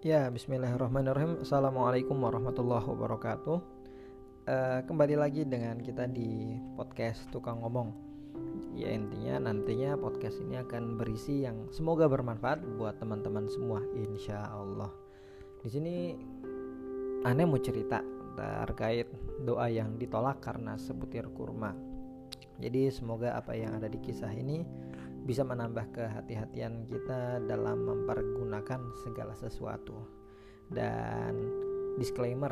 Ya, bismillahirrahmanirrahim. Assalamualaikum warahmatullahi wabarakatuh. Kembali lagi dengan kita di podcast Tukang Ngomong. Ya, intinya nantinya podcast ini akan berisi yang semoga bermanfaat buat teman-teman semua, insya Allah. Di sini Ane mau cerita terkait doa yang ditolak karena sebutir kurma. Jadi semoga apa yang ada di kisah ini bisa menambah kehati-hatian kita dalam mempergunakan segala sesuatu. Dan disclaimer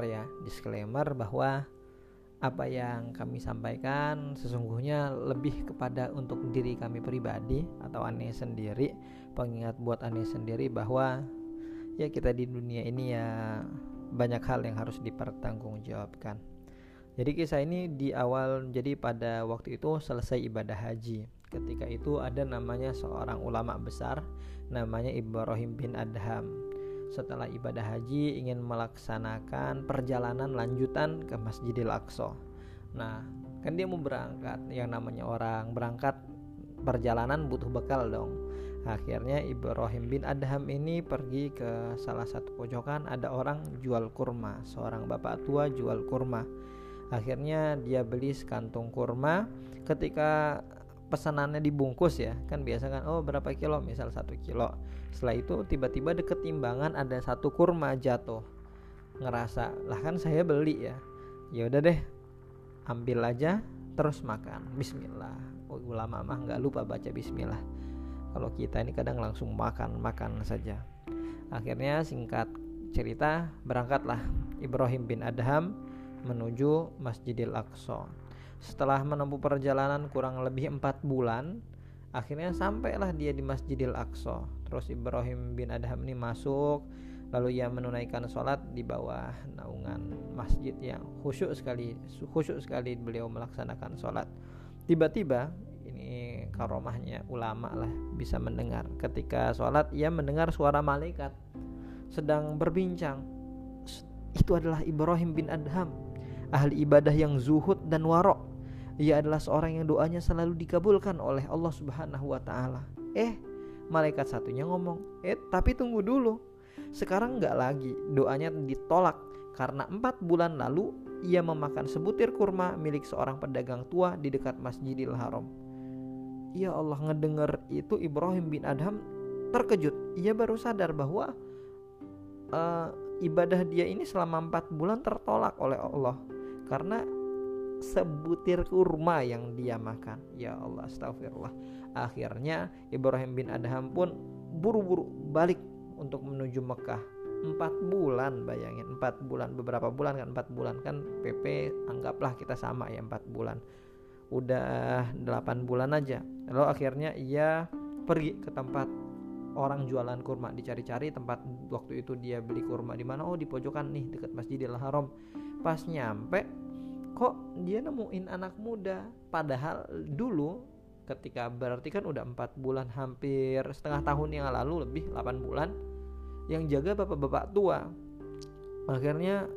bahwa apa yang kami sampaikan sesungguhnya lebih kepada untuk diri kami pribadi atau Ane sendiri, pengingat buat Ane sendiri bahwa ya kita di dunia ini ya banyak hal yang harus dipertanggungjawabkan. Jadi kisah ini di awal, jadi pada waktu itu selesai ibadah haji. Ketika itu ada namanya seorang ulama besar namanya Ibrahim bin Adham. Setelah ibadah haji ingin melaksanakan perjalanan lanjutan ke Masjidil Aqsa. Nah, kan dia mau berangkat. Yang namanya orang berangkat perjalanan butuh bekal dong. Akhirnya Ibrahim bin Adham ini pergi ke salah satu pojokan, ada orang jual kurma, seorang bapak tua jual kurma. Akhirnya dia beli sekantung kurma. Ketika pesanannya dibungkus ya, kan biasa kan, oh berapa kilo, misal 1 kilo. Setelah itu tiba-tiba deket timbangan ada 1 kurma jatuh. Ngerasa, lah kan saya beli ya. Ya udah deh, ambil aja terus makan. Bismillah. Oh, ulama mah nggak lupa baca bismillah. Kalau kita ini kadang langsung makan saja. Akhirnya singkat cerita, berangkatlah Ibrahim bin Adham menuju Masjidil Aqsa. Setelah menempuh perjalanan kurang lebih 4 bulan, akhirnya sampailah dia di Masjidil Aqsa. Terus Ibrahim bin Adham ini masuk, lalu ia menunaikan sholat di bawah naungan masjid yang khusyuk sekali beliau melaksanakan sholat. Tiba-tiba, ini karomahnya ulama lah, bisa mendengar ketika sholat ia mendengar suara malaikat sedang berbincang. Itu adalah Ibrahim bin Adham, ahli ibadah yang zuhud dan warok. Ia adalah seorang yang doanya selalu dikabulkan oleh Allah Subhanahu wa ta'ala. Malaikat satunya ngomong, tapi tunggu dulu. Sekarang enggak lagi, doanya ditolak karena 4 bulan lalu ia memakan sebutir kurma milik seorang pedagang tua di dekat Masjidil Haram. Ya Allah, ngedenger itu Ibrahim bin Adham terkejut. Ia baru sadar bahwa ibadah dia ini selama 4 bulan tertolak oleh Allah karena sebutir kurma yang dia makan. Ya Allah, astagfirullah. Akhirnya Ibrahim bin Adham pun buru-buru balik untuk menuju Mekah. 4 bulan, bayangin, 4 bulan, beberapa bulan kan, 4 bulan kan PP anggaplah kita sama ya, 4 bulan. Udah 8 bulan aja. Lalu akhirnya ia pergi ke tempat orang jualan kurma, dicari-cari tempat waktu itu dia beli kurma di mana. Oh, di pojokan nih dekat Masjidil Haram. Pas nyampe, kok dia nemuin anak muda. Padahal dulu ketika berarti kan udah 4 bulan, hampir setengah tahun yang lalu, lebih 8 bulan, yang jaga bapak-bapak tua. Akhirnya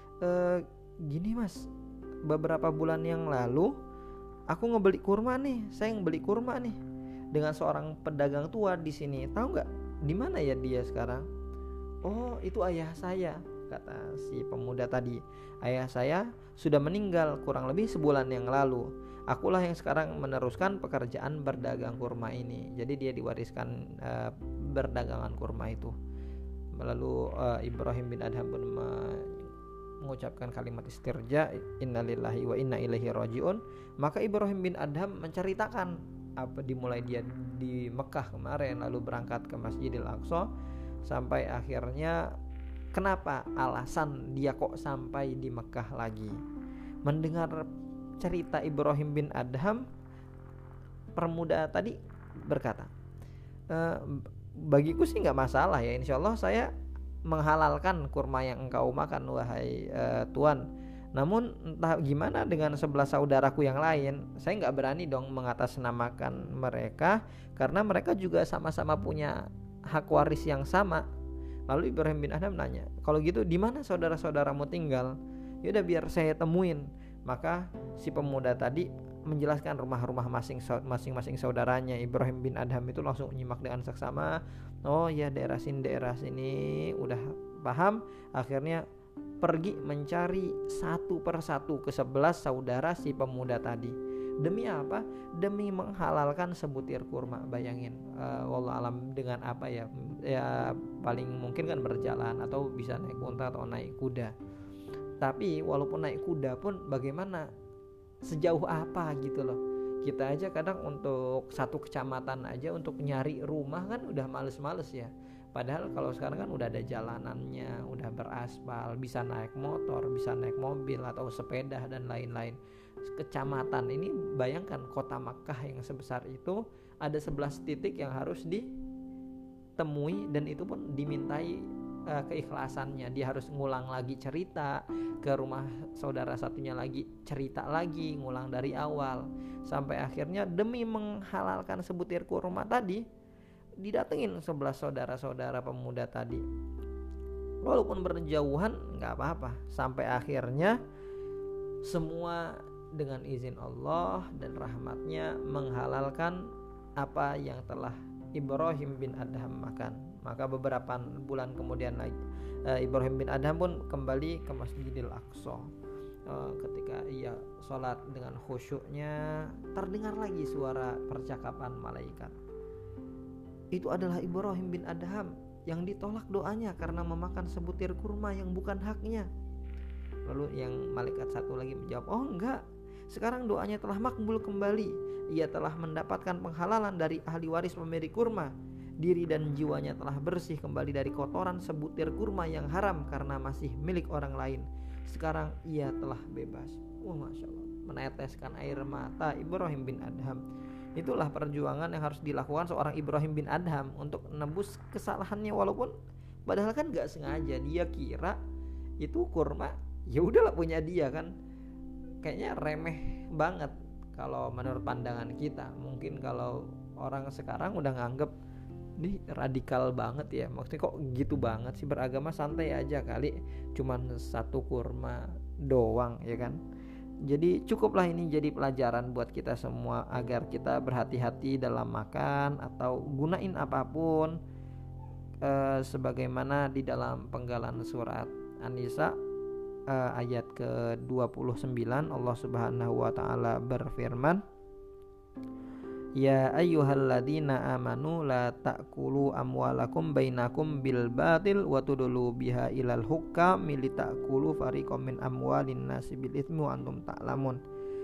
gini mas, beberapa bulan yang lalu aku ngebeli kurma nih, saya ngebeli kurma nih dengan seorang pedagang tua di sini. Tahu nggak di mana ya dia sekarang? Oh, itu ayah saya, kata si pemuda tadi. Ayah saya sudah meninggal kurang lebih sebulan yang lalu. Akulah yang sekarang meneruskan pekerjaan berdagang kurma ini. Jadi dia diwariskan berdagangan kurma itu. Lalu Ibrahim bin Adham pun mengucapkan kalimat istirja, innalillahi wa inna ilaihi rajiun. Maka Ibrahim bin Adham menceritakan apa dimulai dia di Mekah kemarin, lalu berangkat ke Masjidil Aqsa, sampai akhirnya kenapa alasan dia kok sampai di Mekah lagi. Mendengar cerita Ibrahim bin Adham, permuda tadi berkata, bagiku sih gak masalah ya, insya Allah saya menghalalkan kurma yang engkau makan wahai Tuan. Namun entah gimana dengan 11 saudaraku yang lain, saya gak berani dong mengatasnamakan mereka, karena mereka juga sama-sama punya hak waris yang sama. Lalu Ibrahim bin Adham nanya, kalau gitu di mana saudara-saudaramu tinggal? Yaudah biar saya temuin. Maka si pemuda tadi menjelaskan rumah-rumah masing-masing saudaranya. Ibrahim bin Adham itu langsung nyimak dengan seksama. Oh ya, daerah sini udah paham. Akhirnya pergi mencari satu persatu ke-11 saudara si pemuda tadi. Demi apa? Demi menghalalkan sebutir kurma. Bayangin, wallah alam dengan apa ya? Ya paling mungkin kan berjalan atau bisa naik unta atau naik kuda. Tapi walaupun naik kuda pun bagaimana? Sejauh apa gitu loh. Kita aja kadang untuk satu kecamatan aja untuk nyari rumah kan udah males-males ya. Padahal kalau sekarang kan udah ada jalanannya, udah beraspal, bisa naik motor, bisa naik mobil atau sepeda dan lain-lain. Kecamatan ini bayangkan kota Makkah yang sebesar itu ada 11 titik yang harus ditemui dan itu pun dimintai keikhlasannya. Dia harus ngulang lagi cerita ke rumah saudara satunya, lagi cerita lagi, ngulang dari awal sampai akhirnya demi menghalalkan sebutir kurma tadi didatengin 11 saudara-saudara pemuda tadi. Walaupun berjauhan nggak apa-apa, sampai akhirnya semua dengan izin Allah dan rahmatnya menghalalkan apa yang telah Ibrahim bin Adham makan. Maka beberapa bulan kemudian lagi Ibrahim bin Adham pun kembali ke Masjidil Aqsa. Ketika ia sholat dengan khusyuknya, terdengar lagi suara percakapan malaikat. Itu adalah Ibrahim bin Adham yang ditolak doanya karena memakan sebutir kurma yang bukan haknya. Lalu yang malaikat satu lagi menjawab, oh enggak, sekarang doanya telah makbul kembali. Ia telah mendapatkan penghalalan dari ahli waris pemilik kurma. Diri dan jiwanya telah bersih kembali dari kotoran sebutir kurma yang haram karena masih milik orang lain. Sekarang ia telah bebas. Wah, Masya Allah, meneteskan air mata Ibrahim bin Adham. Itulah perjuangan yang harus dilakukan seorang Ibrahim bin Adham untuk menebus kesalahannya, walaupun padahal kan gak sengaja. Dia kira itu kurma ya udahlah punya dia kan. Kayaknya remeh banget kalau menurut pandangan kita. Mungkin kalau orang sekarang udah nganggep ini radikal banget ya, maksudnya kok gitu banget sih, beragama santai aja kali, cuman satu kurma doang ya kan. Jadi cukuplah ini jadi pelajaran buat kita semua agar kita berhati-hati dalam makan atau gunain apapun, sebagaimana di dalam penggalan surat An-Nisa ayat ke-29 Allah Subhanahu wa taala berfirman, ya ayyuhalladzina amanu la ta'kulu amwalakum bainakum bil batil wa tudlu biha ilal hukam litakulu fariqam min amwalin nasi bil itsmi wa antum ta'lamun.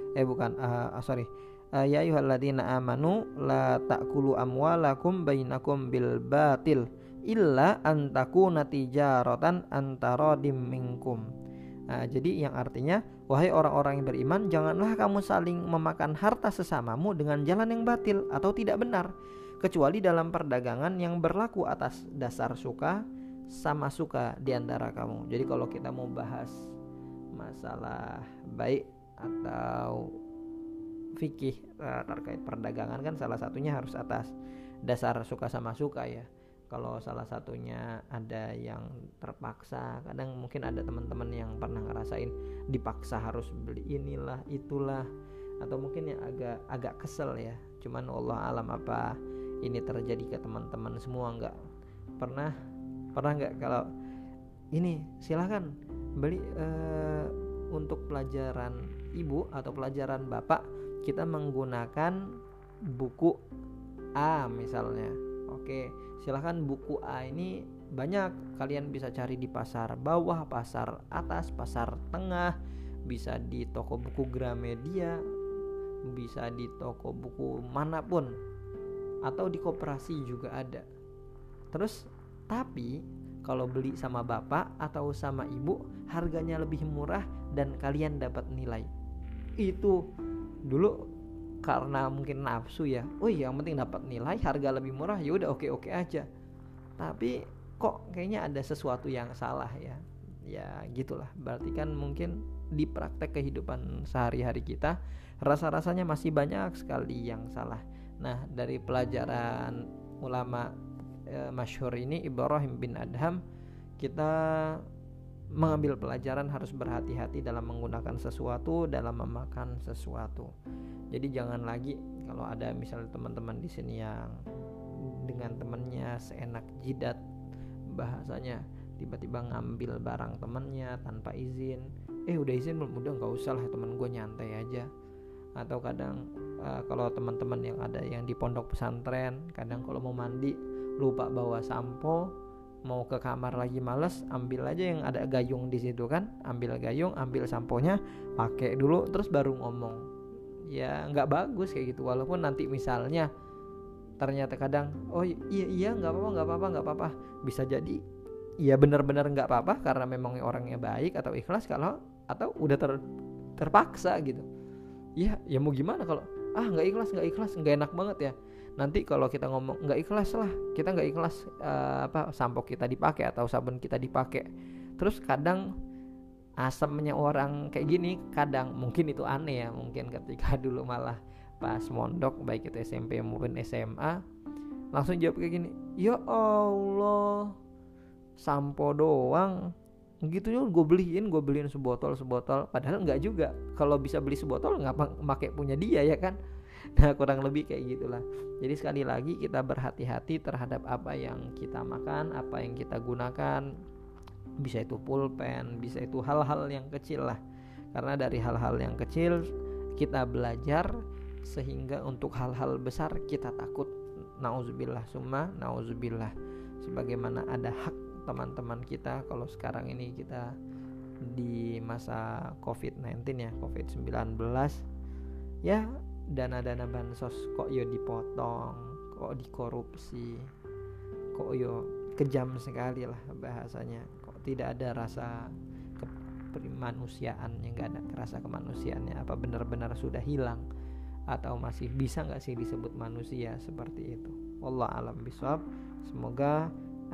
Ya ayyuhalladzina amanu la ta'kulu amwalakum bainakum bil batil illa an takuna tijaratan antaradim minkum. Jadi yang artinya, wahai orang-orang yang beriman, janganlah kamu saling memakan harta sesamamu dengan jalan yang batil atau tidak benar, kecuali dalam perdagangan yang berlaku atas dasar suka sama suka di antara kamu. Jadi kalau kita mau bahas masalah baik atau fikih terkait perdagangan kan salah satunya harus atas dasar suka sama suka ya. Kalau salah satunya ada yang terpaksa, kadang mungkin ada teman-teman yang pernah ngerasain dipaksa harus beli inilah itulah, atau mungkin yang agak kesel ya. Cuman Allah alam apa ini terjadi ke teman-teman semua nggak? Pernah nggak kalau ini silahkan beli untuk pelajaran ibu atau pelajaran bapak kita menggunakan buku A misalnya. Oke, silahkan buku A ini banyak, kalian bisa cari di pasar bawah, pasar atas, pasar tengah, bisa di toko buku Gramedia, bisa di toko buku manapun, atau di koperasi juga ada. Terus tapi kalau beli sama bapak atau sama ibu harganya lebih murah dan kalian dapat nilai. Itu dulu karena mungkin nafsu ya, oh iya yang penting dapat nilai, harga lebih murah, ya udah oke aja. Tapi kok kayaknya ada sesuatu yang salah ya. Ya gitulah, berarti kan mungkin di praktek kehidupan sehari-hari kita rasa-rasanya masih banyak sekali yang salah. Nah, dari pelajaran ulama masyhur ini Ibrahim bin Adham, kita mengambil pelajaran, harus berhati-hati dalam menggunakan sesuatu, dalam memakan sesuatu. Jadi jangan lagi kalau ada misalnya teman-teman di sini yang dengan temannya seenak jidat, bahasanya tiba-tiba ngambil barang temannya tanpa izin. Udah izin belum? Udah nggak usah lah, teman gue nyantai aja. Atau kadang kalau teman-teman yang ada yang di pondok pesantren, kadang kalau mau mandi lupa bawa sampo, mau ke kamar lagi males, ambil aja yang ada gayung di situ kan, ambil gayung, ambil samponya, pakai dulu, terus baru ngomong. Ya nggak bagus kayak gitu. Walaupun nanti misalnya ternyata kadang iya nggak apa-apa, bisa jadi ya benar-benar nggak apa-apa karena memang orangnya baik atau ikhlas, atau udah terpaksa gitu. Ya mau gimana kalau nggak ikhlas, nggak enak banget ya. Nanti kalau kita ngomong nggak ikhlas lah, kita nggak ikhlas sampo kita dipakai atau sabun kita dipakai, terus kadang asamnya orang kayak gini, kadang mungkin itu aneh ya, mungkin ketika dulu malah pas mondok baik itu SMP maupun SMA langsung jawab kayak gini, ya Allah sampo doang gitu ya, gue beliin sebotol, padahal nggak juga. Kalau bisa beli sebotol ngapa pakai punya dia ya kan. Nah kurang lebih kayak gitulah. Jadi sekali lagi kita berhati-hati terhadap apa yang kita makan, apa yang kita gunakan. Bisa itu pulpen, bisa itu hal-hal yang kecil lah. Karena dari hal-hal yang kecil kita belajar, sehingga untuk hal-hal besar kita takut. Nauzubillah summa nauzubillah. Sebagaimana ada hak teman-teman kita, kalau sekarang ini kita di masa COVID-19 ya, COVID-19 ya, dana-dana bansos kok yo dipotong, kok dikorupsi, kok yo kejam sekali lah bahasanya, kok tidak ada rasa kemanusiaan, yang nggak ada rasa kemanusiaannya. Apa benar-benar sudah hilang atau masih bisa nggak sih disebut manusia seperti itu? Wallah alam bisawab. Semoga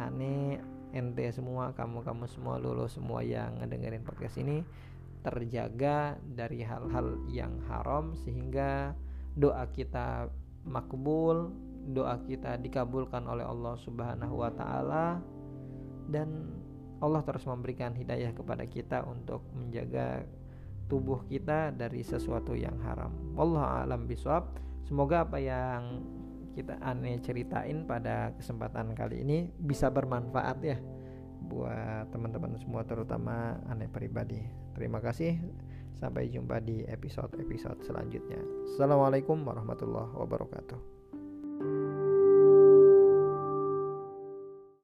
ente semua, kamu semua, lulus semua yang ngedengerin podcast ini terjaga dari hal-hal yang haram, sehingga doa kita makbul, doa kita dikabulkan oleh Allah Subhanahu wa taala, dan Allah terus memberikan hidayah kepada kita untuk menjaga tubuh kita dari sesuatu yang haram. Wallahu a'lam bishawab. Semoga apa yang kita ceritain pada kesempatan kali ini bisa bermanfaat ya buat teman-teman semua, terutama pribadi. Terima kasih, sampai jumpa di episode selanjutnya. Assalamualaikum warahmatullahi wabarakatuh.